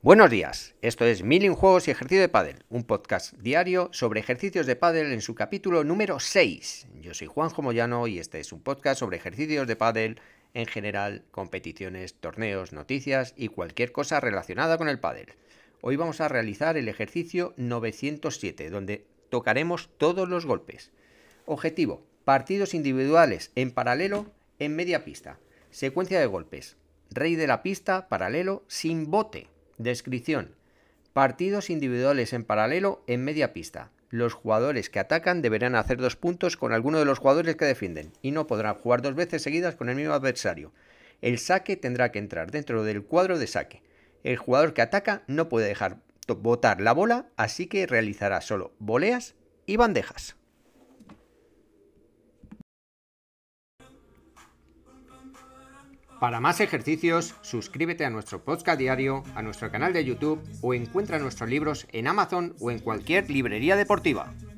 Buenos días, esto es Milling Juegos y Ejercicio de Pádel, un podcast diario sobre ejercicios de pádel en su capítulo número 6. Yo soy Juanjo Moyano y este es un podcast sobre ejercicios de pádel en general, competiciones, torneos, noticias y cualquier cosa relacionada con el pádel. Hoy vamos a realizar el ejercicio 907, donde tocaremos todos los golpes. Objetivo: partidos individuales en paralelo en media pista. Secuencia de golpes: rey de la pista, paralelo, sin bote. Descripción: partidos individuales en paralelo en media pista. Los jugadores que atacan deberán hacer 2 puntos con alguno de los jugadores que defienden y no podrán jugar 2 veces seguidas con el mismo adversario. El saque tendrá que entrar dentro del cuadro de saque. El jugador que ataca no puede dejar botar la bola, así que realizará solo voleas y bandejas. Para más ejercicios, suscríbete a nuestro podcast diario, a nuestro canal de YouTube o encuentra nuestros libros en Amazon o en cualquier librería deportiva.